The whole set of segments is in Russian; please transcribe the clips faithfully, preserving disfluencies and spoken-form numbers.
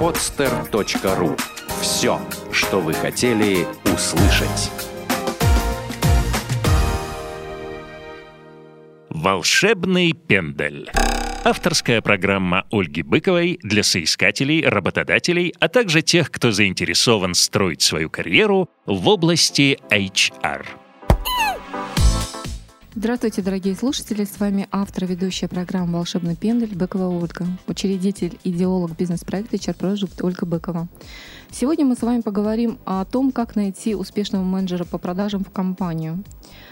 подстер точка ру. Все, что вы хотели услышать. «Волшебный пендель». Авторская программа Ольги Быковой для соискателей, работодателей, а также тех, кто заинтересован строить свою карьеру в области эйч ар. Здравствуйте, дорогие слушатели! С вами автор и ведущая программы «Волшебный пендель» Быкова Ольга, учредитель, идеолог бизнес-проекта эйч ар Project Ольга Быкова. Сегодня мы с вами поговорим о том, как найти успешного менеджера по продажам в компанию.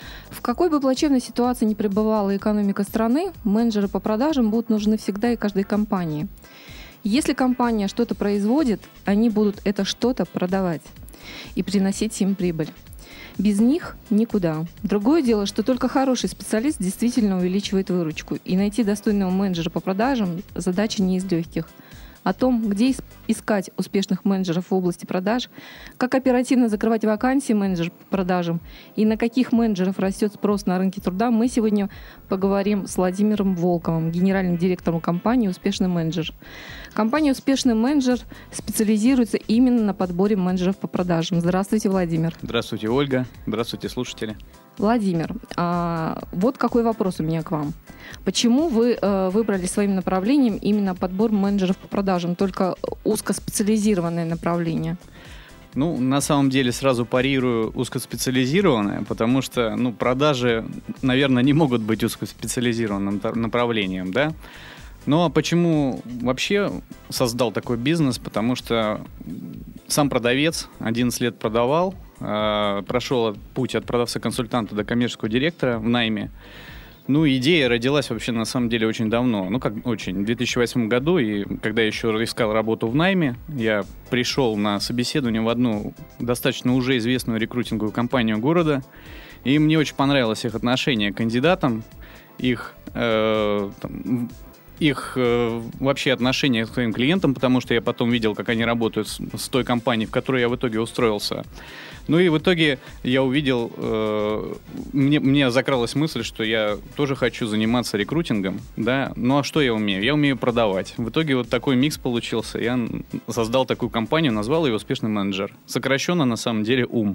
В какой бы плачевной ситуации ни пребывала экономика страны, менеджеры по продажам будут нужны всегда и каждой компании. Если компания что-то производит, они будут это что-то продавать и приносить им прибыль. Без них никуда. Другое дело, что только хороший специалист действительно увеличивает выручку. И найти достойного менеджера по продажам – задача не из легких. О том, где искать успешных менеджеров в области продаж, как оперативно закрывать вакансии менеджеров по продажам и на каких менеджеров растет спрос на рынке труда, мы сегодня поговорим с Владимиром Волковым, генеральным директором компании «Успешный менеджер». Компания «Успешный менеджер» специализируется именно на подборе менеджеров по продажам. Здравствуйте, Владимир. Здравствуйте, Ольга. Здравствуйте, слушатели. Владимир, а вот какой вопрос у меня к вам. Почему вы э, выбрали своим направлением именно подбор менеджеров по продажам, только узкоспециализированное направление? Ну, на самом деле, сразу парирую узкоспециализированное, потому что, ну, продажи, наверное, не могут быть узкоспециализированным направлением, да? Ну, а почему вообще создал такой бизнес? Потому что сам продавец одиннадцать лет продавал, э, прошел путь от продавца-консультанта до коммерческого директора в найме. Ну, идея родилась вообще на самом деле очень давно. Ну, как очень, в две тысячи восьмом году, и когда я еще искал работу в найме, я пришел на собеседование в одну достаточно уже известную рекрутинговую компанию города, и мне очень понравилось их отношение к кандидатам, их... Э, там, их э, вообще отношение к своим клиентам, потому что я потом видел, как они работают с, с той компанией, в которой я в итоге устроился. Ну и в итоге я увидел, э, мне, мне закралась мысль, что я тоже хочу заниматься рекрутингом, да. Ну а что я умею? Я умею продавать. В итоге вот такой микс получился. Я создал такую компанию, назвал ее «Успешный менеджер». Сокращенно на самом деле «ум».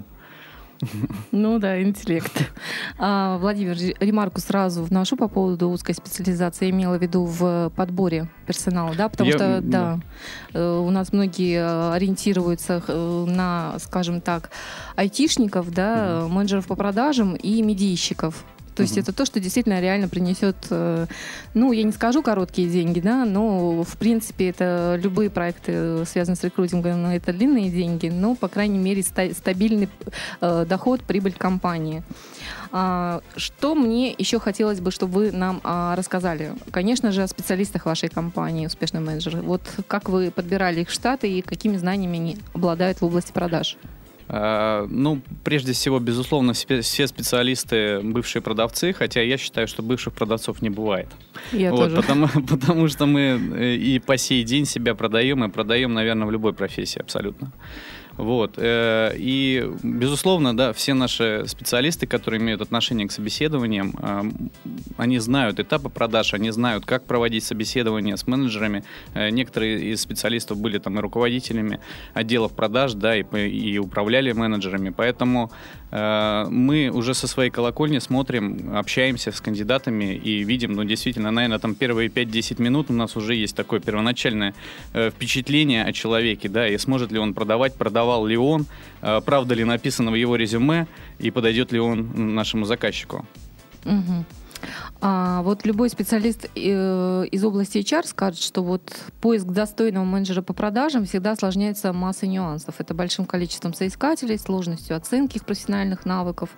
Ну да, интеллект. А, Владимир, ремарку сразу вношу по поводу узкой специализации. Я имела в виду в подборе персонала, да, потому Я, что, да, да, у нас многие ориентируются на, скажем так, айтишников, да, mm-hmm. менеджеров по продажам и медийщиков. То есть mm-hmm. это то, что действительно реально принесет, ну, я не скажу короткие деньги, да, но, в принципе, это любые проекты, связанные с рекрутингом, но это длинные деньги, но, по крайней мере, ста- стабильный э, доход, прибыль компании. А, что мне еще хотелось бы, чтобы вы нам а, рассказали? Конечно же, о специалистах вашей компании «Успешный менеджер». Вот как вы подбирали их в штаты и какими знаниями они обладают в области продаж? Uh, ну, прежде всего, безусловно, все специалисты бывшие продавцы, хотя я считаю, что бывших продавцов не бывает. Я вот, тоже. Потому, потому что мы и по сей день себя продаем, и продаем, наверное, в любой профессии абсолютно. Вот. И, безусловно, да, все наши специалисты, которые имеют отношение к собеседованиям, они знают этапы продаж, они знают, как проводить собеседования с менеджерами. Некоторые из специалистов были там и руководителями отделов продаж, да, и, и управляли менеджерами. Поэтому мы уже со своей колокольни смотрим, общаемся с кандидатами и видим, ну, действительно, наверное, там первые пять-десять минут у нас уже есть такое первоначальное впечатление о человеке, да, и сможет ли он продавать, продавать, ли он, правда ли написано в его резюме и подойдет ли он нашему заказчику. Угу. А вот любой специалист из области эйч ар скажет, что вот поиск достойного менеджера по продажам всегда осложняется массой нюансов. Это большим количеством соискателей, сложностью оценки их профессиональных навыков.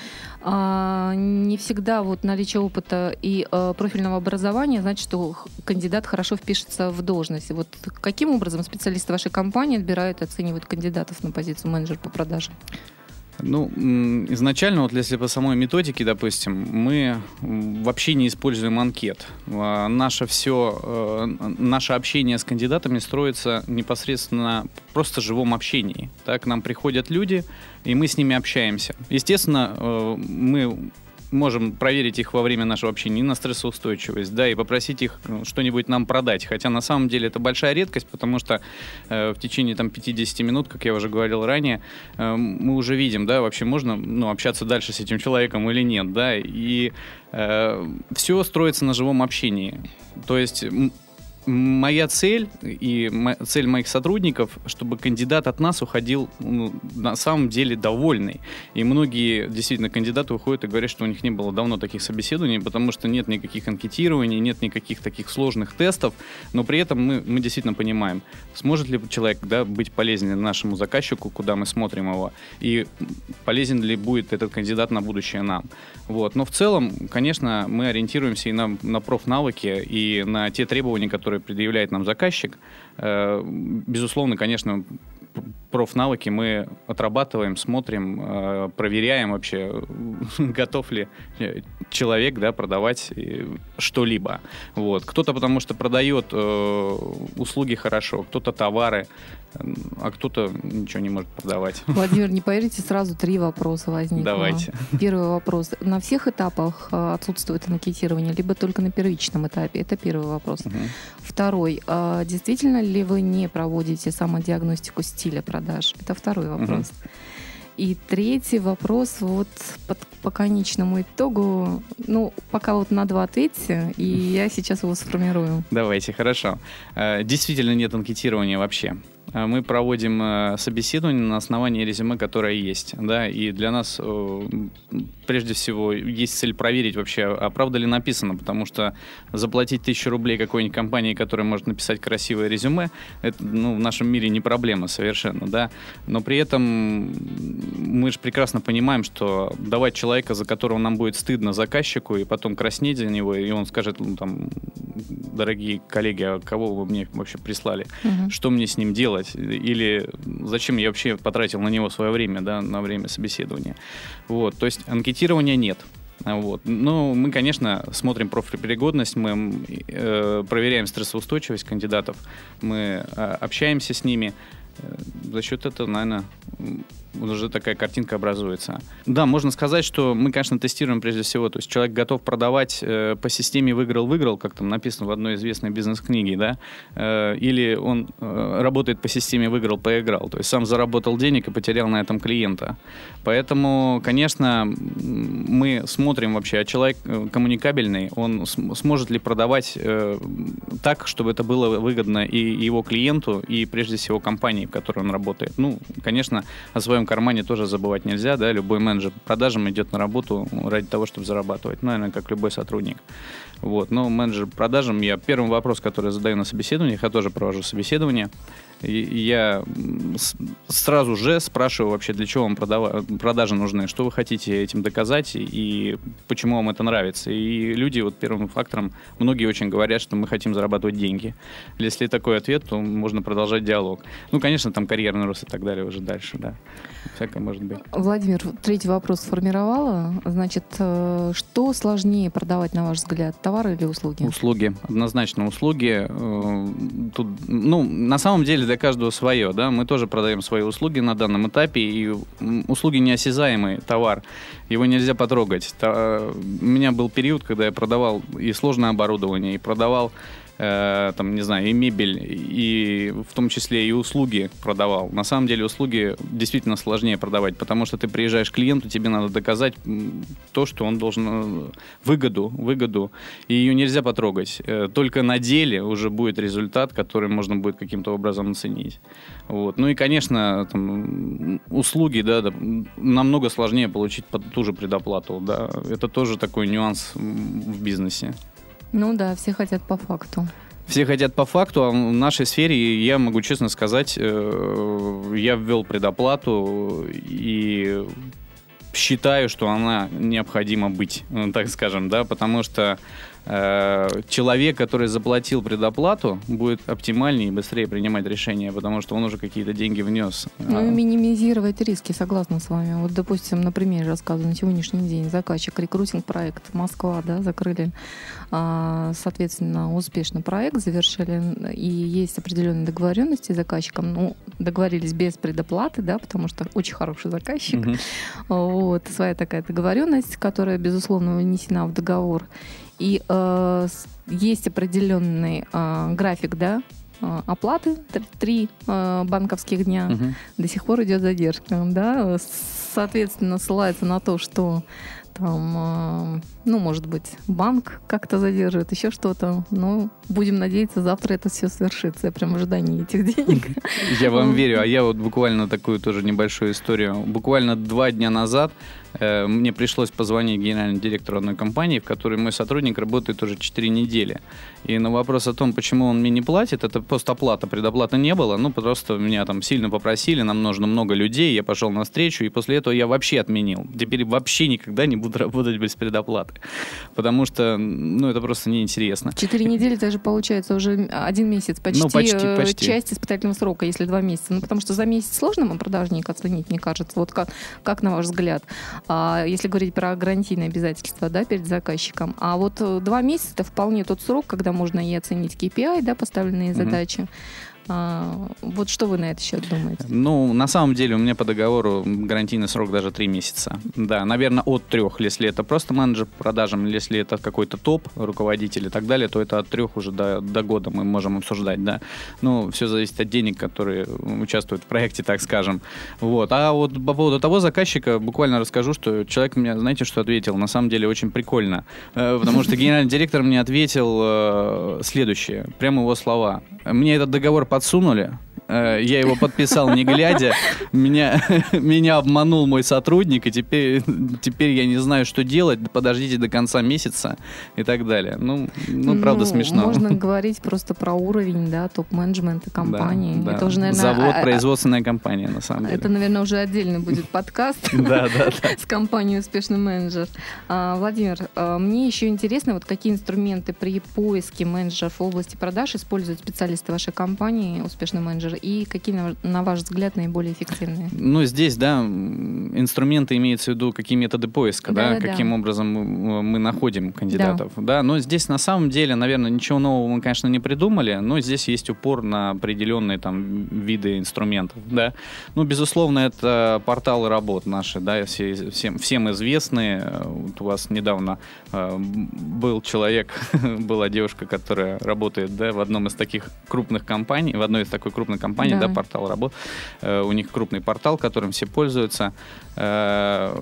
А, не всегда вот наличие опыта и а, профильного образования значит, что кандидат хорошо впишется в должность. Вот каким образом специалисты вашей компании отбирают и оценивают кандидатов на позицию менеджера по продажам? Ну, изначально, вот если по самой методике, допустим, мы вообще не используем анкет. Наше все, наше общение с кандидатами строится непосредственно на просто живом общении. Так, к нам приходят люди, и мы с ними общаемся. Естественно, мы можем проверить их во время нашего общения и на стрессоустойчивость, да, и попросить их что-нибудь нам продать. Хотя на самом деле это большая редкость, потому что э, в течение там пятьдесят минут, как я уже говорил ранее, э, мы уже видим, да, вообще можно, ну, общаться дальше с этим человеком или нет, да, и э, все строится на живом общении. То есть моя цель и цель моих сотрудников, чтобы кандидат от нас уходил, ну, на самом деле довольный. И многие действительно кандидаты уходят и говорят, что у них не было давно таких собеседований, потому что нет никаких анкетирований, нет никаких таких сложных тестов, но при этом мы, мы действительно понимаем, сможет ли человек, да, быть полезен нашему заказчику, куда мы смотрим его, и полезен ли будет этот кандидат на будущее нам. Вот. Но в целом, конечно, мы ориентируемся и на, на профнавыки, и на те требования, которые предъявляет нам заказчик. Безусловно, конечно, профнавыки мы отрабатываем, смотрим, проверяем вообще, готов ли человек, да, продавать что-либо. Вот. Кто-то потому что продает услуги хорошо, кто-то товары, а кто-то ничего не может продавать. Владимир, не поверите, сразу три вопроса возникло. Давайте. Первый вопрос. На всех этапах отсутствует анкетирование, либо только на первичном этапе? Это первый вопрос. Угу. Второй. Действительно ли вы не проводите самодиагностику стиля продаж? Это второй вопрос. Угу. И третий вопрос, вот по, по конечному итогу, ну, пока вот на два ответьте, и я сейчас его сформирую. Давайте, хорошо. Действительно нет анкетирования вообще. Мы проводим собеседование на основании резюме, которое есть, да, и для нас прежде всего есть цель проверить вообще, а правда ли написано, потому что заплатить тысячу рублей какой-нибудь компании, которая может написать красивое резюме, это, ну, в нашем мире не проблема совершенно, да, но при этом мы же прекрасно понимаем, что давать человека, за которого нам будет стыдно заказчику, и потом краснеть за него, и он скажет, ну, там, дорогие коллеги, а кого вы мне вообще прислали, угу. Что мне с ним делать? Или зачем я вообще потратил на него свое время, да, на время собеседования. Вот, то есть анкетирования нет. Вот. Но мы, конечно, смотрим профпригодность, мы э, проверяем стрессоустойчивость кандидатов, мы э, общаемся с ними. За счет этого, наверное, уже такая картинка образуется. Да, можно сказать, что мы, конечно, тестируем прежде всего. То есть человек готов продавать э, по системе «выиграл-выиграл», как там написано в одной известной бизнес-книге, да, э, или он э, работает по системе «выиграл-поиграл», то есть сам заработал денег и потерял на этом клиента. Поэтому, конечно, мы смотрим вообще, а человек коммуникабельный, он см- сможет ли продавать э, так, чтобы это было выгодно и его клиенту, и прежде всего компании, в которой он работает. Ну, конечно, о своем кармане тоже забывать нельзя, да, любой менеджер по продажам идет на работу ради того, чтобы зарабатывать, наверное, как любой сотрудник. Вот. Но менеджер по продажам, я первый вопрос, который задаю на собеседованиях, я тоже провожу собеседование, и я сразу же спрашиваю вообще, для чего вам продава- продажи нужны, что вы хотите этим доказать и почему вам это нравится. И люди вот первым фактором, многие очень говорят, что мы хотим зарабатывать деньги. Если такой ответ, то можно продолжать диалог. Ну, конечно, там карьерный рост и так далее уже дальше, да. Всякое может быть. Владимир, третий вопрос сформировала. Значит, что сложнее продавать, на ваш взгляд, товары или услуги? Услуги. Однозначно услуги. Тут, ну, на самом деле для каждого свое, да. Мы тоже продаем свои услуги на данном этапе, и услуги неосязаемый товар. Его нельзя потрогать. У меня был период, когда я продавал и сложное оборудование, и продавал там, не знаю, и мебель, и в том числе и услуги продавал. На самом деле услуги действительно сложнее продавать, потому что ты приезжаешь к клиенту, тебе надо доказать то, что он должен выгоду, выгоду, и ее нельзя потрогать. Только на деле уже будет результат, который можно будет каким-то образом оценить. Вот. Ну и, конечно, там, услуги, да, да, намного сложнее получить под ту же предоплату. Да. Это тоже такой нюанс в бизнесе. Ну да, все хотят по факту. Все хотят по факту, а в нашей сфере, я могу честно сказать, я ввел предоплату и считаю, что она необходима быть, так скажем, да, потому что человек, который заплатил предоплату, будет оптимальнее и быстрее принимать решения, потому что он уже какие-то деньги внес. Ну и минимизировать риски, согласна с вами. Вот, допустим, на примере рассказываю, на сегодняшний день заказчик, рекрутинг-проект Москва, да, закрыли, соответственно, успешно проект завершили, и есть определенные договоренности с заказчиком. Ну, договорились без предоплаты, да, потому что очень хороший заказчик. Мгм. Вот, своя такая договоренность, которая, безусловно, внесена в договор. И э, с- есть определенный э, график, да, э, оплаты, т- три э, банковских дня. Мгм. До сих пор идет задержка, да, соответственно, ссылается на то, что там, э, ну, может быть, банк как-то задерживает, еще что-то. Но будем надеяться, завтра это все свершится. Я прям в ожидании этих денег. Я вам верю, а я вот буквально такую тоже небольшую историю. Буквально два дня назад э, мне пришлось позвонить генеральному директору одной компании, в которой мой сотрудник работает уже четыре недели. И на вопрос о том, почему он мне не платит, это постоплата, предоплаты не было. Ну, просто меня там сильно попросили, нам нужно много людей, я пошел навстречу, и после этого я вообще отменил. Теперь вообще никогда не буду работать без предоплаты. Потому что, ну, это просто неинтересно. Четыре недели, это же получается уже один месяц, почти, Ну, почти, э, почти. часть испытательного срока, если два месяца. Ну, потому что за месяц сложно вам продажник оценить, мне кажется. Вот как, как на ваш взгляд? А, если говорить про гарантийные обязательства, да, перед заказчиком. А вот э, два месяца это вполне тот срок, когда можно и оценить кей пи ай, да, поставленные Мгм. задачи. А, вот что вы на этот счет думаете? Ну, на самом деле у меня по договору гарантийный срок даже три месяца. Да, наверное, от трех, если это просто менеджер по продажам, или если это какой-то топ, руководитель и так далее, то это от трех уже до, до года мы можем обсуждать, да. Ну, все зависит от денег, которые участвуют в проекте, так скажем. Вот. А вот по поводу того заказчика буквально расскажу, что человек мне, знаете, что ответил? На самом деле очень прикольно. Э, Потому что генеральный директор мне ответил э, следующее, прямо его слова. Мне этот договор подсунули, э, я его подписал не глядя, меня, меня обманул мой сотрудник, и теперь, теперь я не знаю, что делать, подождите до конца месяца и так далее. Ну, ну правда, смешно. Можно говорить просто про уровень, да, топ-менеджмента компании. Да, да. Это уже, наверное, Завод, а- а- производственная компания, на самом деле. Это, наверное, уже отдельный будет подкаст. Да, да, да. С компанией «Успешный менеджер». А, Владимир, а, мне еще интересно, вот какие инструменты при поиске менеджеров в области продаж используют специалисты вашей компании «Успешный менеджер» и какие, на, на ваш взгляд, наиболее эффективные? Ну, здесь, да, м, инструменты имеется в виду, какие методы поиска, да, Да-да-да. каким образом мы, мы находим кандидатов, да. Но здесь на самом деле, наверное, ничего нового мы, конечно, не придумали, но здесь есть упор на определенные там виды инструментов, да. Ну, безусловно, это порталы работ наши, да, все, всем, всем известные. Вот у вас недавно э, был человек, была девушка, которая работает, да, в одном из таких крупных компаний, в одной из такой крупной компании, да, Да. портал работ. Э, у них крупный портал, которым все пользуются. Э,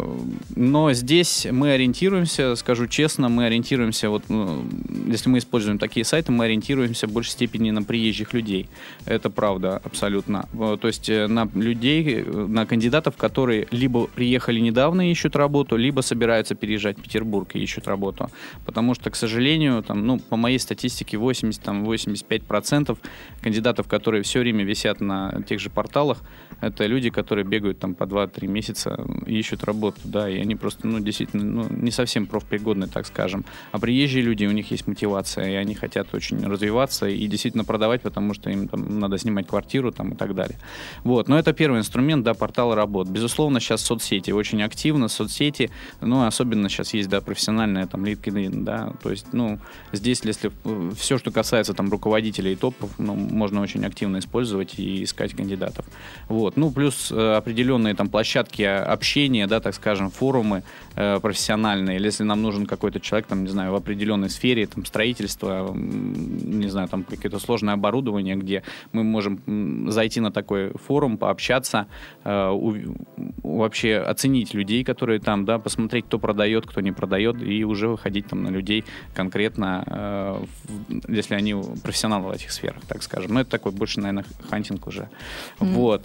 но здесь мы ориентируемся, скажу честно, мы ориентируемся, вот, ну, если мы используем такие сайты, мы ориентируемся в большей степени на приезжих людей. Это правда, абсолютно. Э, То есть э, на людей, э, на кандидатов, которые либо приехали недавно и ищут работу, либо собираются переезжать в Петербург и ищут работу. Потому что, к сожалению, там, ну, по моей статистике, восемьдесят-восемьдесят пять процентов кандидатов, которые все время висят на тех же порталах, это люди, которые бегают там по два-три месяца и ищут работу, да, и они просто, ну, действительно, ну, не совсем профпригодны, так скажем. А приезжие люди, у них есть мотивация, и они хотят очень развиваться и действительно продавать, потому что им там надо снимать квартиру там и так далее. Вот, но это первый инструмент, да, порталы работ. Безусловно, сейчас соцсети очень активно, соцсети, ну, особенно сейчас есть, да, профессиональная там LinkedIn, да, то есть, ну, здесь, если э, все, что касается там руководителей и топов, ну, можно очень активно использовать и искать кандидатов. Вот, ну, плюс э, определенные там площадки общения, да, так скажем, форумы э, профессиональные, или если нам нужен какой-то человек, там, не знаю, в определенной сфере, там, строительства, м, не знаю, там, какое-то сложное оборудование, где мы можем м, зайти на такой форум, пообщаться, э, у, вообще оценить людей, которые там, да, посмотреть, кто продает, кто не продает, и уже выходить там на людей конкретно, э, в, если они профессионалы в этих сферах, так скажем. Ну, это такой больше, наверное, хантинг уже. Mm-hmm. Вот.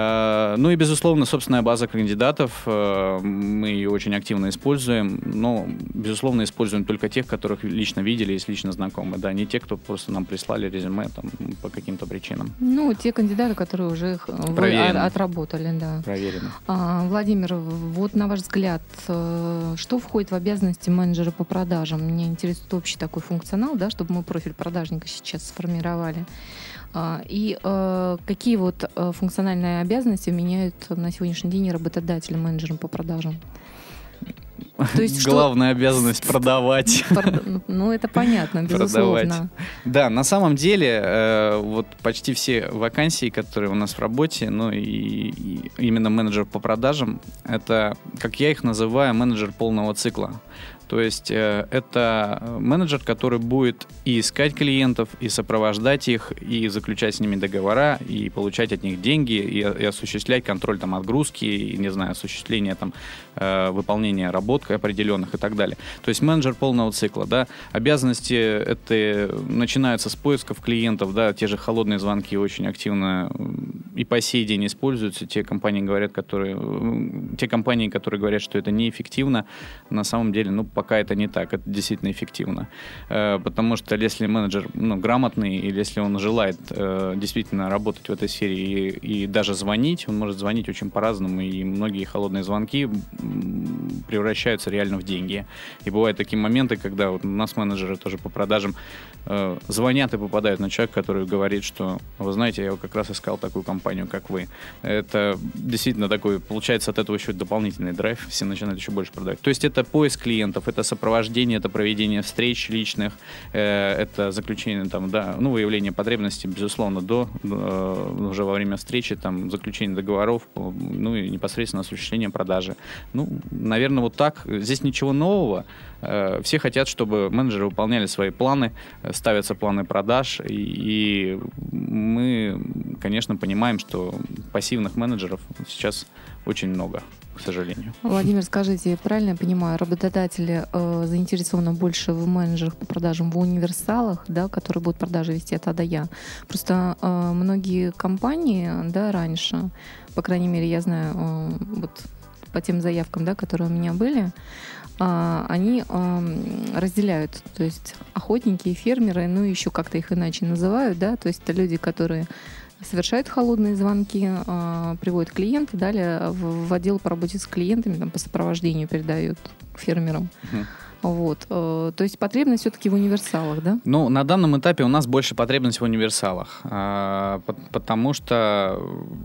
Э, ну и, безусловно, собственная база кандидатов, э, мы ее очень активно используем, но, безусловно, используем только тех, которых лично видели и лично знакомы, да, не те, кто просто нам прислали резюме там по каким-то причинам. Ну, те кандидаты, которые уже их вы Проверены. отработали, да. Проверено. А, Владимир, вот на ваш взгляд, э, что входит в обязанности менеджера по продажам? Меня интересует общий такой функционал, да, чтобы мы профиль продажника сейчас сформировали. А, И э, какие вот э, функциональные обязанности меняют на сегодняшний день работодатели менеджерам по продажам? То есть главная что... обязанность продавать. Ну, это понятно, безусловно. Продавать. Да, на самом деле, э, вот почти все вакансии, которые у нас в работе, ну и, и именно менеджер по продажам, это, как я их называю, менеджер полного цикла. То есть э, это менеджер, который будет и искать клиентов, и сопровождать их, и заключать с ними договора, и получать от них деньги, и, и осуществлять контроль там, отгрузки, и, не знаю, осуществление там, э, выполнения работ определенных и так далее. То есть менеджер полного цикла. Да? Обязанности это начинаются с поисков клиентов, да, те же холодные звонки очень активно и по сей день используются. Те компании, говорят, которые, те компании, которые говорят, что это неэффективно, на самом деле, ну, пока это не так, это действительно эффективно. Э, потому что если менеджер ну, грамотный, или если он желает э, действительно работать в этой сфере и, и даже звонить, он может звонить очень по-разному, и многие холодные звонки превращаются реально в деньги. И бывают такие моменты, когда вот у нас менеджеры тоже по продажам э, звонят и попадают на человека, который говорит, что, вы знаете, я как раз искал такую компанию, как вы. Это действительно такой, получается от этого еще дополнительный драйв, все начинают еще больше продавать. То есть это поиск клиентов, это сопровождение, это проведение встреч личных, э, это заключение, там, да, ну, выявление потребностей, безусловно, до, э, уже во время встречи, там, заключение договоров, ну, и непосредственно осуществление продажи. Ну, наверное, вот так. Здесь ничего нового. Э, все хотят, чтобы менеджеры выполняли свои планы, ставятся планы продаж, и, и мы, конечно, понимаем, что пассивных менеджеров сейчас очень много, к сожалению. Владимир, скажите, правильно я понимаю, работодатели э, заинтересованы больше в менеджерах по продажам, в универсалах, да, которые будут продажи вести от А до Я? Просто э, многие компании, да, раньше, по крайней мере, я знаю, э, вот по тем заявкам, да, которые у меня были, э, они э, разделяют, то есть охотники и фермеры, ну еще как-то их иначе называют, да, то есть это люди, которые совершают холодные звонки, э, приводят клиента, далее в, в отдел по работе с клиентами, там, по сопровождению передают фермерам. Uh-huh. Вот. Э, то есть потребность все-таки в универсалах, да? Ну, на данном этапе у нас больше потребность в универсалах, э, потому что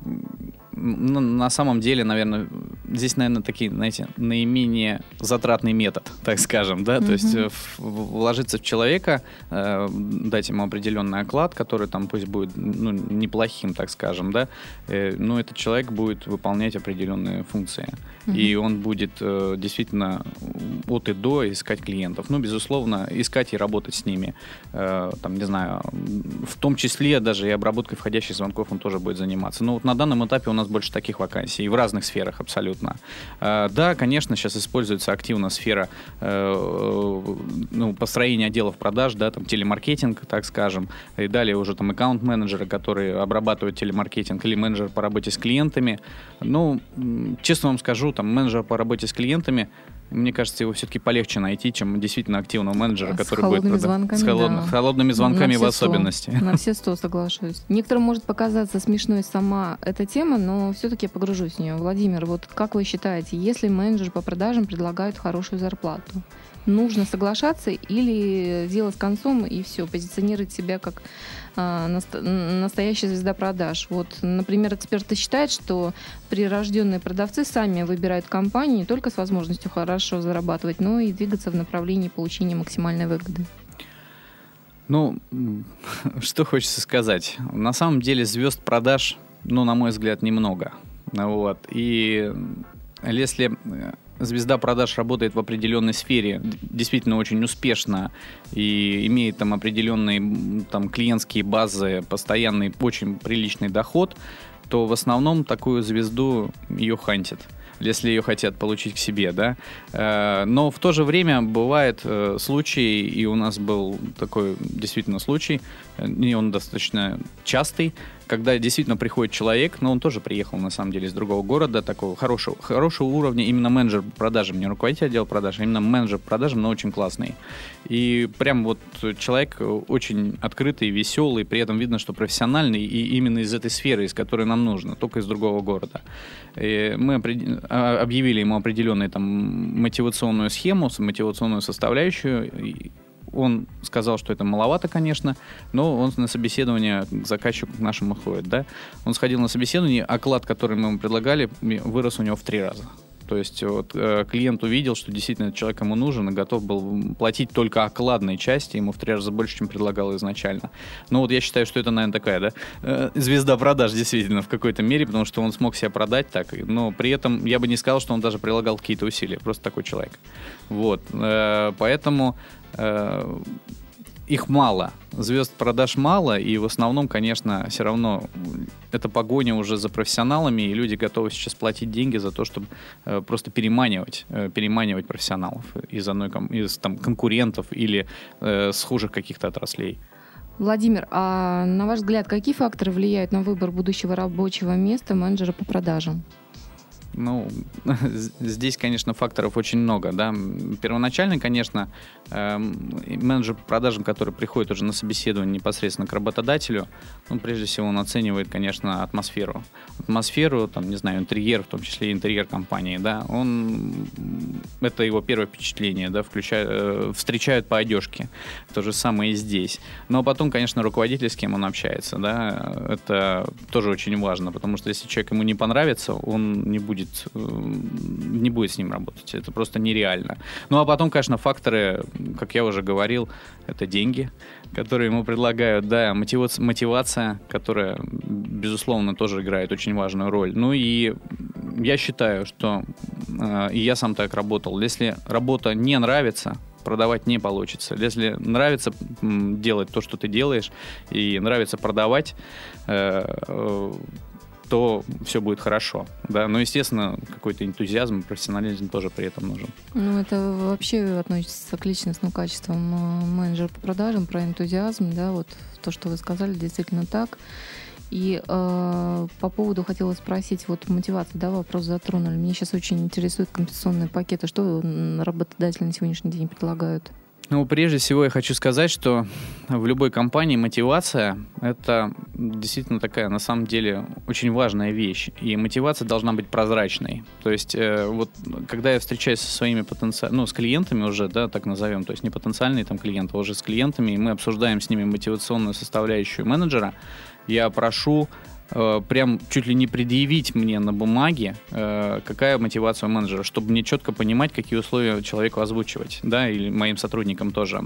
ну, на самом деле, наверное, здесь, наверное, такие, знаете, наименее затратный метод, так скажем, да, mm-hmm. то есть в, вложиться в человека, э, дать ему определенный оклад, который там пусть будет ну, неплохим, так скажем, да, э, но этот человек будет выполнять определенные функции, mm-hmm. и он будет э, действительно от и до искать клиентов, ну, безусловно, искать и работать с ними, э, там, не знаю, в том числе даже и обработкой входящих звонков он тоже будет заниматься, но вот на данном этапе у нас больше таких вакансий, и в разных сферах абсолютно. Э, да, конечно, сейчас используется активно сфера э, ну, построения отделов продаж, да, там телемаркетинг, так скажем, и далее уже там аккаунт-менеджеры, которые обрабатывают телемаркетинг, или менеджер по работе с клиентами. Ну, честно вам скажу, там менеджер по работе с клиентами, мне кажется, его все-таки полегче найти, чем действительно активного менеджера, с который будет продавать. Звонками, с холодно, да. холодными звонками в особенности. На все сто соглашусь. Некоторым может показаться смешной сама эта тема, но все-таки я погружусь в нее. Владимир, вот как вы считаете, если менеджер по продажам предлагает хорошую зарплату, нужно соглашаться или дело с концом и все, позиционировать себя как а, наст- настоящая звезда продаж? Вот, например, эксперты считают, что прирожденные продавцы сами выбирают компанию не только с возможностью хорошо зарабатывать, но и двигаться в направлении получения максимальной выгоды. Ну, что хочется сказать. На самом деле звезд продаж, ну, на мой взгляд, немного. Вот. И если звезда продаж работает в определенной сфере, действительно очень успешно и имеет там определенные там, клиентские базы, постоянный, очень приличный доход, то в основном такую звезду ее хантят, если ее хотят получить к себе, да. Но в то же время бывают случаи, и у нас был такой действительно случай, и он достаточно частый, когда действительно приходит человек, но он тоже приехал, на самом деле, из другого города, такого хорошего, хорошего уровня, именно менеджер по продажам, не руководитель отдела продаж, а именно менеджер по продажам, но очень классный. И прям вот человек очень открытый, веселый, при этом видно, что профессиональный, и именно из этой сферы, из которой нам нужно, только из другого города. И мы объявили ему определенную там мотивационную схему, мотивационную составляющую. Он сказал, что это маловато, конечно, но он на собеседование к заказчику к нашему ходит, да. Он сходил на собеседование, оклад, который мы ему предлагали, вырос у него в три раза. То То есть вот, э, клиент увидел, что действительно этот человек ему нужен и готов был платить только окладной части, ему в три раза больше, чем предлагал изначально. Ну вот я считаю, что это, наверное, такая, да, э, звезда продаж действительно в какой-то мере, потому что он смог себя продать так, но при этом я бы не сказал, что он даже прилагал какие-то усилия, просто такой человек. Вот, э, поэтому... Э, их мало, звезд продаж мало, и в основном, конечно, все равно это погоня уже за профессионалами, и люди готовы сейчас платить деньги за то, чтобы э, просто переманивать, э, переманивать профессионалов из одной из там, конкурентов или э, с хужих каких-то отраслей. Владимир, а на ваш взгляд, какие факторы влияют на выбор будущего рабочего места менеджера по продажам? Ну, здесь, конечно, факторов очень много, да. Первоначально, конечно, менеджер по продажам, который приходит уже на собеседование непосредственно к работодателю, он прежде всего он оценивает, конечно, атмосферу. Атмосферу, там, не знаю, интерьер, в том числе интерьер компании, да. Он, это его первое впечатление, да, включая, встречают по одежке. То же самое и здесь. Но потом, конечно, руководитель, с кем он общается, да, это тоже очень важно, потому что если человек ему не понравится, он не будет не будет с ним работать. Это просто нереально. Ну, а потом, конечно, факторы, как я уже говорил, это деньги, которые ему предлагают, да, мотивация, мотивация, которая, безусловно, тоже играет очень важную роль. Ну, и я считаю, что э, и я сам так работал. Если работа не нравится, продавать не получится. Если нравится делать то, что ты делаешь, и нравится продавать, э, э, то все будет хорошо, да, но, естественно, какой-то энтузиазм, профессионализм тоже при этом нужен. Ну, это вообще относится к личностным качествам менеджера по продажам, про энтузиазм, да, вот то, что вы сказали, действительно так. И э, по поводу хотела спросить, вот мотивация, да, вопрос затронули. Меня сейчас очень интересуют компенсационные пакеты. Что работодатели на сегодняшний день предлагают? Ну, прежде всего я хочу сказать, что в любой компании мотивация – это действительно такая, на самом деле, очень важная вещь. И мотивация должна быть прозрачной. То есть, э, вот, когда я встречаюсь со своими потенциальными, ну, с клиентами уже, да, так назовем, то есть не потенциальные там клиенты, а уже с клиентами, и мы обсуждаем с ними мотивационную составляющую менеджера, я прошу прям чуть ли не предъявить мне на бумаге, э, какая мотивация у менеджера, чтобы мне четко понимать, какие условия человеку озвучивать, да, или моим сотрудникам тоже.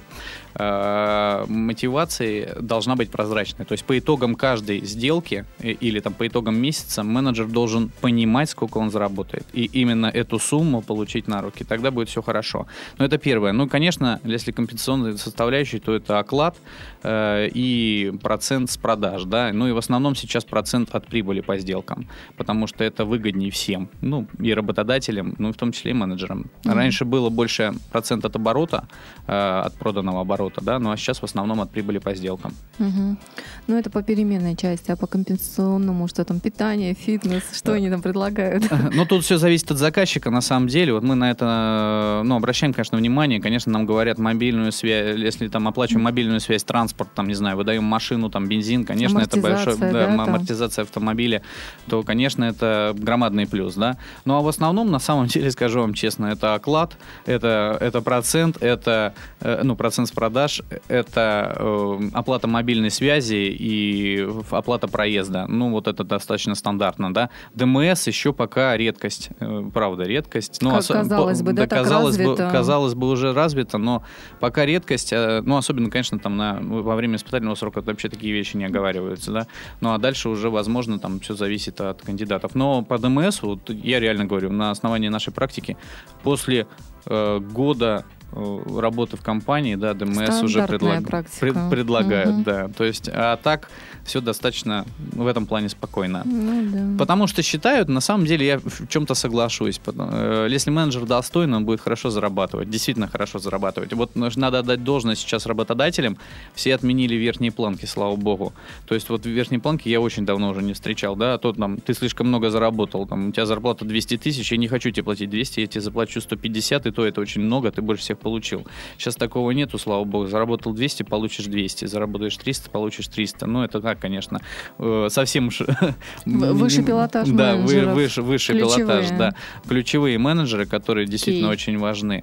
Э, мотивация должна быть прозрачной. То есть по итогам каждой сделки или там по итогам месяца менеджер должен понимать, сколько он заработает. И именно эту сумму получить на руки. Тогда будет все хорошо. Но это первое. Ну, конечно, если компенсационная составляющая, то это оклад э, и процент с продаж, да. Ну и в основном сейчас процент от прибыли по сделкам, потому что это выгоднее всем, ну, и работодателям, ну, и в том числе и менеджерам. Mm-hmm. Раньше было больше процент от оборота, э, от проданного оборота, да, ну, а сейчас в основном от прибыли по сделкам. Mm-hmm. Ну, это по переменной части, а по компенсационному, что там, питание, фитнес, что они там предлагают? Ну, тут все зависит от заказчика, на самом деле. Вот мы на это, ну, обращаем, конечно, внимание, конечно, нам говорят мобильную связь, если там оплачиваем мобильную связь, транспорт, там, не знаю, выдаем машину, там, бензин, конечно, это большой, да, да, амортизация автомобиля, то, конечно, это громадный плюс, да. Ну, а в основном, на самом деле, скажу вам честно, это оклад, это, это процент, это, э, ну, процент с продаж, это э, оплата мобильной связи и оплата проезда. Ну, вот это достаточно стандартно, да. ДМС еще пока редкость, э, правда, редкость. Ну, как ос- казалось бы, да, да, так казалось развито. бы, казалось бы, уже развито, но пока редкость, э, ну, особенно, конечно, там на, во время испытательного срока вообще такие вещи не оговариваются, да. Ну, а дальше уже возможно, там все зависит от кандидатов. Но по ДМС, вот, я реально говорю, на основании нашей практики, после э, года э, работы в компании, да, ДМС уже предлаг... пред... предлагают, угу. Да. То есть, а так все достаточно в этом плане спокойно. Ну, да. Потому что считают, на самом деле, я в чем-то соглашусь. Если менеджер достойный, он будет хорошо зарабатывать, действительно хорошо зарабатывать. Вот надо отдать должность сейчас работодателям. Все отменили верхние планки, слава богу. То есть вот верхние планки я очень давно уже не встречал, да, а то там ты слишком много заработал, там у тебя зарплата двести тысяч, я не хочу тебе платить двести, я тебе заплачу сто пятьдесят, и то это очень много, ты больше всех получил. Сейчас такого нету, слава богу. Заработал двести, получишь двести. Заработаешь триста, получишь триста. Ну, это так, конечно, совсем уж... Выше пилотаж да, менеджеров. выше, выше пилотаж, да. Ключевые менеджеры, которые действительно Кей. очень важны.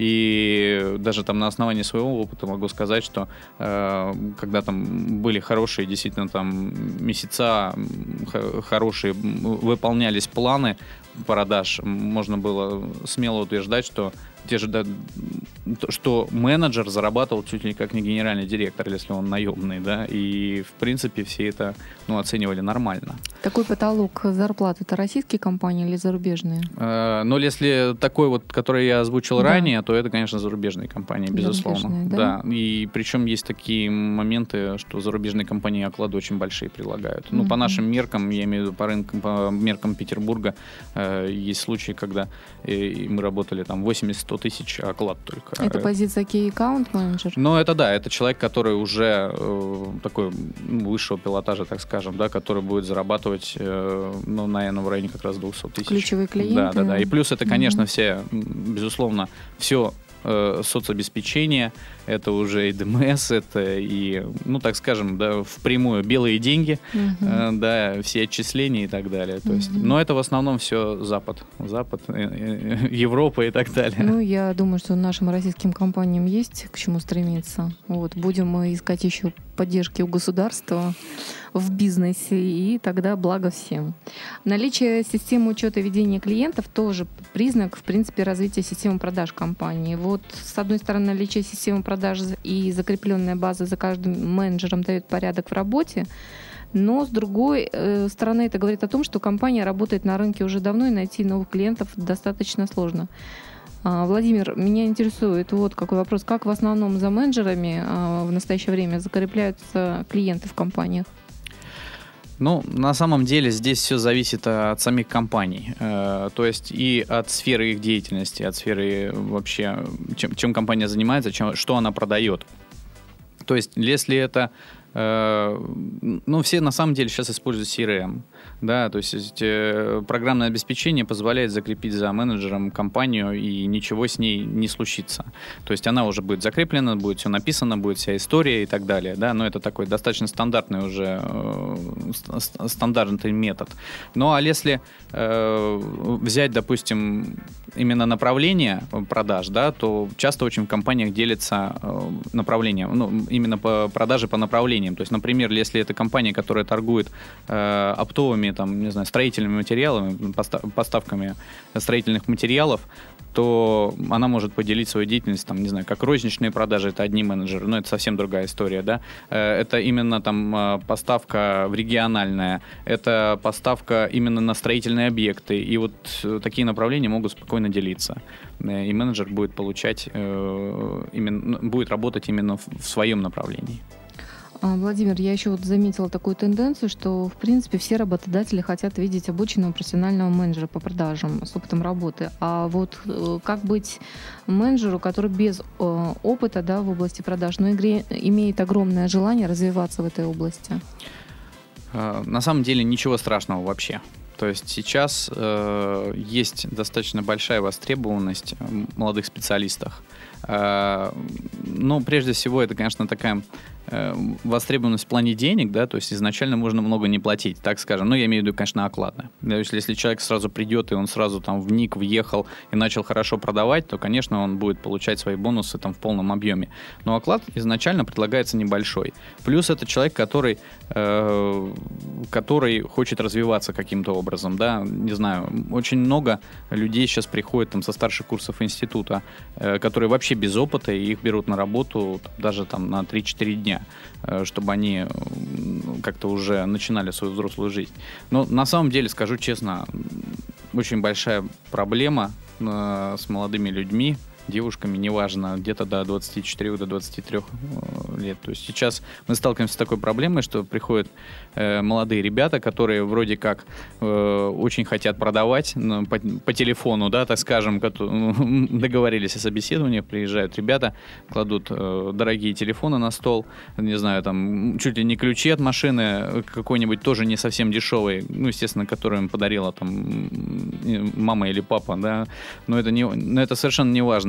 И даже там на основании своего опыта могу сказать, что э, когда там были хорошие действительно там месяца, х- хорошие, выполнялись планы продаж, можно было смело утверждать, что те же, да, что менеджер зарабатывал чуть ли как не генеральный директор, если он наемный, да, и в принципе все это, ну, оценивали нормально. Такой потолок зарплат — это российские компании или зарубежные? Э, но если такой вот, который я озвучил да. ранее, то это, конечно, зарубежные компании, безусловно. Да? Да. И причем есть такие моменты, что зарубежные компании оклады очень большие предлагают. Ну, mm-hmm. по нашим меркам, я имею в виду по рынкам, по меркам Петербурга, э, есть случаи, когда э, мы работали там восемьдесят-сто тысяч оклад только. Это позиция Key Account Manager? Ну, это да, это человек, который уже э, такой ну, высшего пилотажа, так скажем, да, который будет зарабатывать, э, ну, наверное, в районе как раз двести тысяч. Ключевые клиенты. Да, да, да. И плюс это, конечно, mm-hmm. все, безусловно, все э, соцобеспечение, это уже и ДМС, это и, ну, так скажем, да, впрямую белые деньги, uh-huh. э, да, все отчисления и так далее. То есть, uh-huh. но это в основном все Запад, Запад, э, э, Европа и так далее. Ну, я думаю, что нашим российским компаниям есть к чему стремиться. Вот, будем мы искать еще поддержки у государства в бизнесе, и тогда благо всем. Наличие системы учета ведения клиентов тоже признак, в принципе, развития системы продаж компании. Вот, с одной стороны, наличие системы продаж и закрепленная база за каждым менеджером дает порядок в работе, но с другой э, стороны это говорит о том, что компания работает на рынке уже давно, и найти новых клиентов достаточно сложно. А, Владимир, меня интересует вот какой вопрос. Как в основном за менеджерами а, в настоящее время закрепляются клиенты в компаниях? Ну, на самом деле здесь все зависит от самих компаний, э, то есть и от сферы их деятельности, от сферы вообще, чем, чем компания занимается, чем, что она продает. То есть если это, э, ну, все на самом деле сейчас используют си эр эм, да, то есть э, программное обеспечение позволяет закрепить за менеджером компанию, и ничего с ней не случится. То есть она уже будет закреплена, будет все написано, будет вся история и так далее, да, но это такой достаточно стандартный уже э, стандартный метод. Ну, а если э, взять, допустим, именно направление продаж, да, то часто очень в компаниях делится э, направление, ну, именно по продаже по направлениям. То есть, например, если это компания, которая торгует э, оптовыми, там, не знаю, строительными материалами, поставками строительных материалов, то она может поделить свою деятельность, там, не знаю, как розничные продажи, это одни менеджеры, но это совсем другая история, да. Это именно там поставка в региональная, это поставка именно на строительные объекты, и вот такие направления могут спокойно делиться. И менеджер будет получать, именно, будет работать именно в своем направлении. Владимир, я еще вот заметила такую тенденцию, что, в принципе, все работодатели хотят видеть обученного профессионального менеджера по продажам с опытом работы. А вот как быть менеджеру, который без опыта, да, в области продаж, но имеет огромное желание развиваться в этой области? На самом деле ничего страшного вообще. То есть сейчас э, есть достаточно большая востребованность в молодых специалистах. Э, ну, прежде всего, это, конечно, такая э, востребованность в плане денег, да, то есть изначально можно много не платить, так скажем. Ну, я имею в виду, конечно, оклады. То есть если человек сразу придет, и он сразу там вник, въехал и начал хорошо продавать, то, конечно, он будет получать свои бонусы там в полном объеме. Но оклад изначально предлагается небольшой. Плюс это человек, который, э, который хочет развиваться каким-то образом. Да, не знаю, очень много людей сейчас приходят там со старших курсов института, э, которые вообще без опыта, и их берут на работу даже там на три-четыре дня, э, чтобы они э, как-то уже начинали свою взрослую жизнь. Но на самом деле, скажу честно, очень большая проблема э, с молодыми людьми, девушками, неважно, где-то до двадцати четырёх, до двадцати трёх лет. То есть сейчас мы сталкиваемся с такой проблемой, что приходят э, молодые ребята, которые вроде как э, очень хотят продавать ну, по, по телефону, да, так скажем, которые, договорились о собеседованиях, приезжают ребята, кладут э, дорогие телефоны на стол, не знаю, там, чуть ли не ключи от машины, какой-нибудь тоже не совсем дешевый, ну, естественно, который им подарила там мама или папа, да, но это, не, но это совершенно не важно.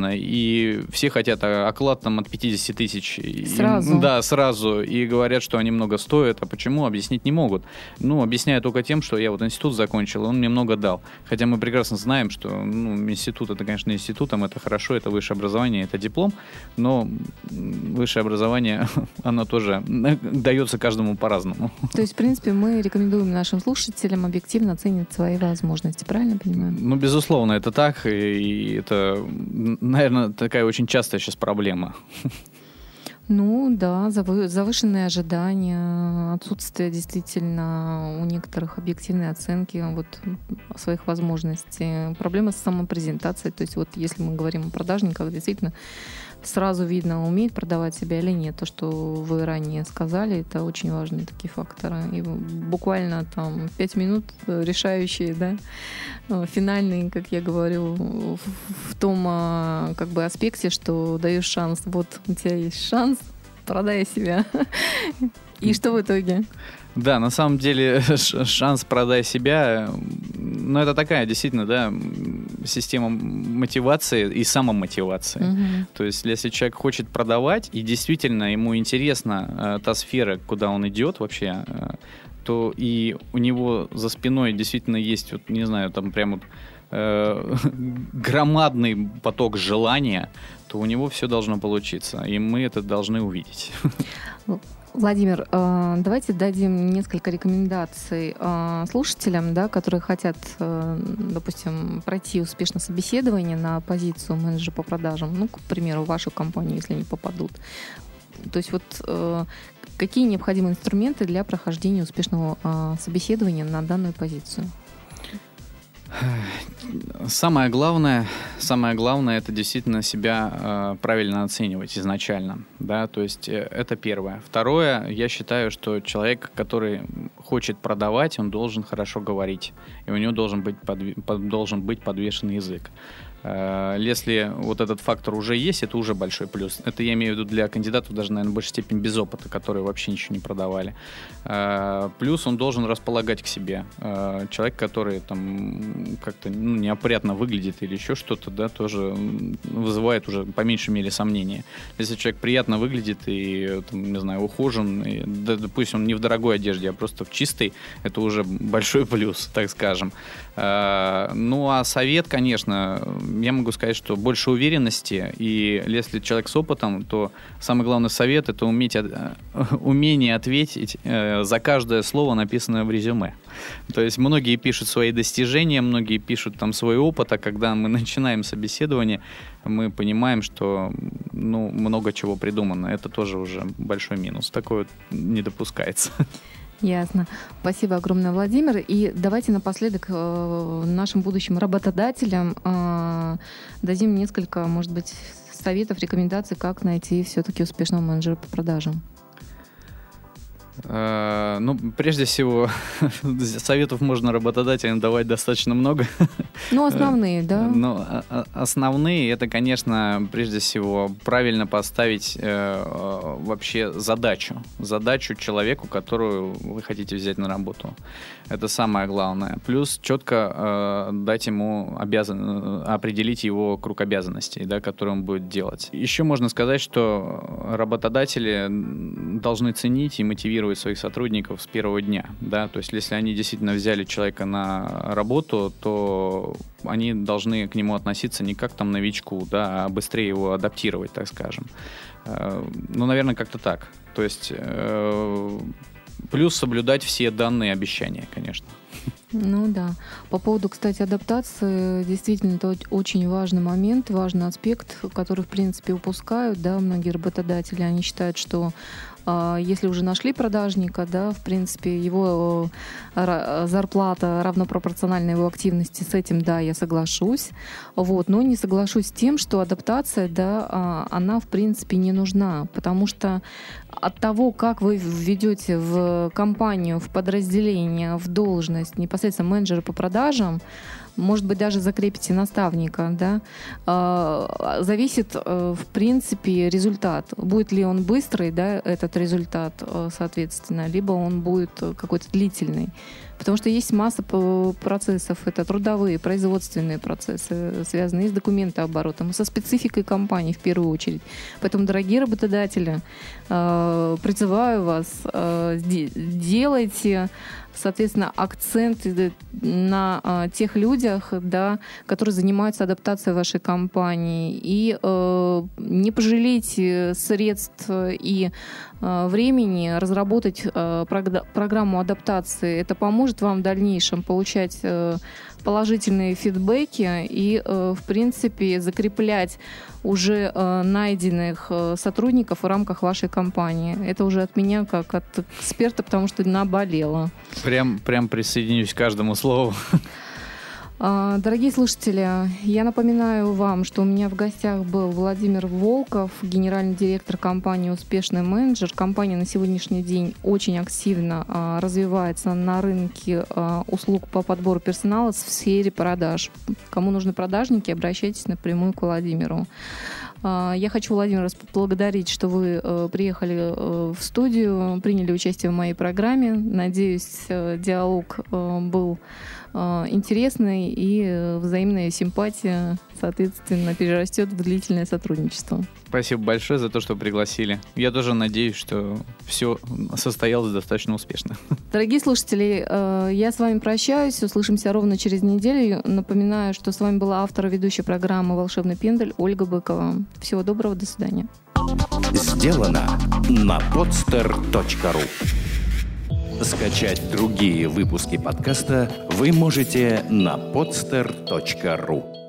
серьезно, и все хотят оклад там от пятьдесят тысяч. Сразу? И, да, сразу. И говорят, что они много стоят. А почему? Объяснить не могут. Ну, объясняю только тем, что я вот институт закончил, он мне много дал. Хотя мы прекрасно знаем, что ну, институт — это, конечно, институтом, это хорошо, это высшее образование, это диплом, но высшее образование, оно тоже дается каждому по-разному. То есть, в принципе, мы рекомендуем нашим слушателям объективно оценить свои возможности, правильно понимаю? Ну, безусловно, это так, и это, наверное, такая очень частая сейчас проблема. Ну да, завышенные ожидания, отсутствие действительно у некоторых объективной оценки вот своих возможностей, проблемы с самопрезентацией. То есть вот если мы говорим о продажниках, действительно сразу видно, умеет продавать себя или нет. То, что вы ранее сказали, это очень важные такие факторы. И буквально там пять минут решающие, да, финальные, как я говорю, в, в том как бы аспекте, что даешь шанс. Вот у тебя есть шанс, продай себя. И что в итоге? Да, на самом деле шанс продай себя, ну это такая действительно, да, система мотивации и самомотивации. Угу. То есть если человек хочет продавать и действительно ему интересна э, та сфера, куда он идет вообще, э, то и у него за спиной действительно есть, вот, не знаю, там прям вот э, громадный поток желания, то у него все должно получиться, и мы это должны увидеть. Владимир, давайте дадим несколько рекомендаций слушателям, да, которые хотят, допустим, пройти успешно собеседование на позицию менеджера по продажам, ну, к примеру, в вашу компанию, если они попадут. То есть вот какие необходимы инструменты для прохождения успешного собеседования на данную позицию? Самое главное, самое главное, это действительно себя э, правильно оценивать изначально, да, то есть э, это первое. Второе, я считаю, что человек, который хочет продавать, он должен хорошо говорить, и у него должен быть, подв... под... должен быть подвешен язык. Если вот этот фактор уже есть, это уже большой плюс. Это я имею в виду для кандидатов даже, наверное, в большей степени без опыта, которые вообще ничего не продавали. Плюс он должен располагать к себе. Человек, который там как-то ну, неопрятно выглядит или еще что-то, да, тоже вызывает уже по меньшей мере сомнения. Если человек приятно выглядит и, там, не знаю, ухожен, и, да, пусть он не в дорогой одежде, а просто в чистой, это уже большой плюс, так скажем. Ну, а совет, конечно, я могу сказать, что больше уверенности, и если человек с опытом, то самый главный совет — это уметь, умение ответить за каждое слово, написанное в резюме. То есть многие пишут свои достижения, многие пишут там свой опыт, а когда мы начинаем собеседование, мы понимаем, что ну, много чего придумано. Это тоже уже большой минус. Такое вот не допускается. Ясно. Спасибо огромное, Владимир. И давайте напоследок э, нашим будущим работодателям э, дадим несколько, может быть, советов, рекомендаций, как найти все-таки успешного менеджера по продажам. Uh, ну, прежде всего, советов можно работодателям давать достаточно много. Ну, основные, да? Ну, основные, это, конечно, прежде всего, правильно поставить э, вообще задачу. Задачу человеку, которую вы хотите взять на работу. Это самое главное. Плюс четко э, дать ему обязан... определить его круг обязанностей, да, которые он будет делать. Еще можно сказать, что работодатели должны ценить и мотивировать своих сотрудников с первого дня, да, то есть если они действительно взяли человека на работу, то они должны к нему относиться не как там новичку, да, а быстрее его адаптировать, так скажем. Ну, наверное, как-то так. То есть плюс соблюдать все данные обещания, конечно. Ну да. По поводу, кстати, адаптации, действительно, это очень важный момент, важный аспект, который, в принципе, упускают, да, многие работодатели. Они считают, что э, если уже нашли продажника, да, в принципе, его э, зарплата равнопропорциональна его активности, с этим, да, я соглашусь. Вот, но не соглашусь с тем, что адаптация, да, э, она, в принципе, не нужна, потому что от того, как вы введете в компанию, в подразделение, в должность непосредственно менеджера по продажам, может быть, даже закрепите наставника, да, зависит, в принципе, результат. Будет ли он быстрый, да, этот результат, соответственно, либо он будет какой-то длительный. Потому что есть масса процессов. Это трудовые, производственные процессы, связанные с документооборотом, со спецификой компании в первую очередь. Поэтому, дорогие работодатели, призываю вас, делайте, соответственно, акцент на а, тех людях, да, которые занимаются адаптацией вашей компании. И э, не пожалейте средств и э, времени разработать э, прог- программу адаптации. Это поможет вам в дальнейшем получать э, положительные фидбэки и, э, в принципе, закреплять уже э, найденных э, сотрудников в рамках вашей компании. Это уже от меня как от эксперта, потому что наболело. Прям, прям присоединюсь к каждому слову. Дорогие слушатели, я напоминаю вам, что у меня в гостях был Владимир Волков, генеральный директор компании «Успешный менеджер». Компания на сегодняшний день очень активно развивается на рынке услуг по подбору персонала в сфере продаж. Кому нужны продажники, обращайтесь напрямую к Владимиру. Я хочу, Владимир, вас поблагодарить, что вы приехали в студию, приняли участие в моей программе. Надеюсь, диалог был интересный и взаимная симпатия, соответственно, перерастет в длительное сотрудничество. Спасибо большое за то, что пригласили. Я тоже надеюсь, что все состоялось достаточно успешно. Дорогие слушатели, я с вами прощаюсь. Услышимся ровно через неделю. Напоминаю, что с вами была автор и ведущая программы «Волшебный пендель» Ольга Быкова. Всего доброго, до свидания. Сделано на подстер точка ру. Скачать другие выпуски подкаста вы можете на подстер точка ру.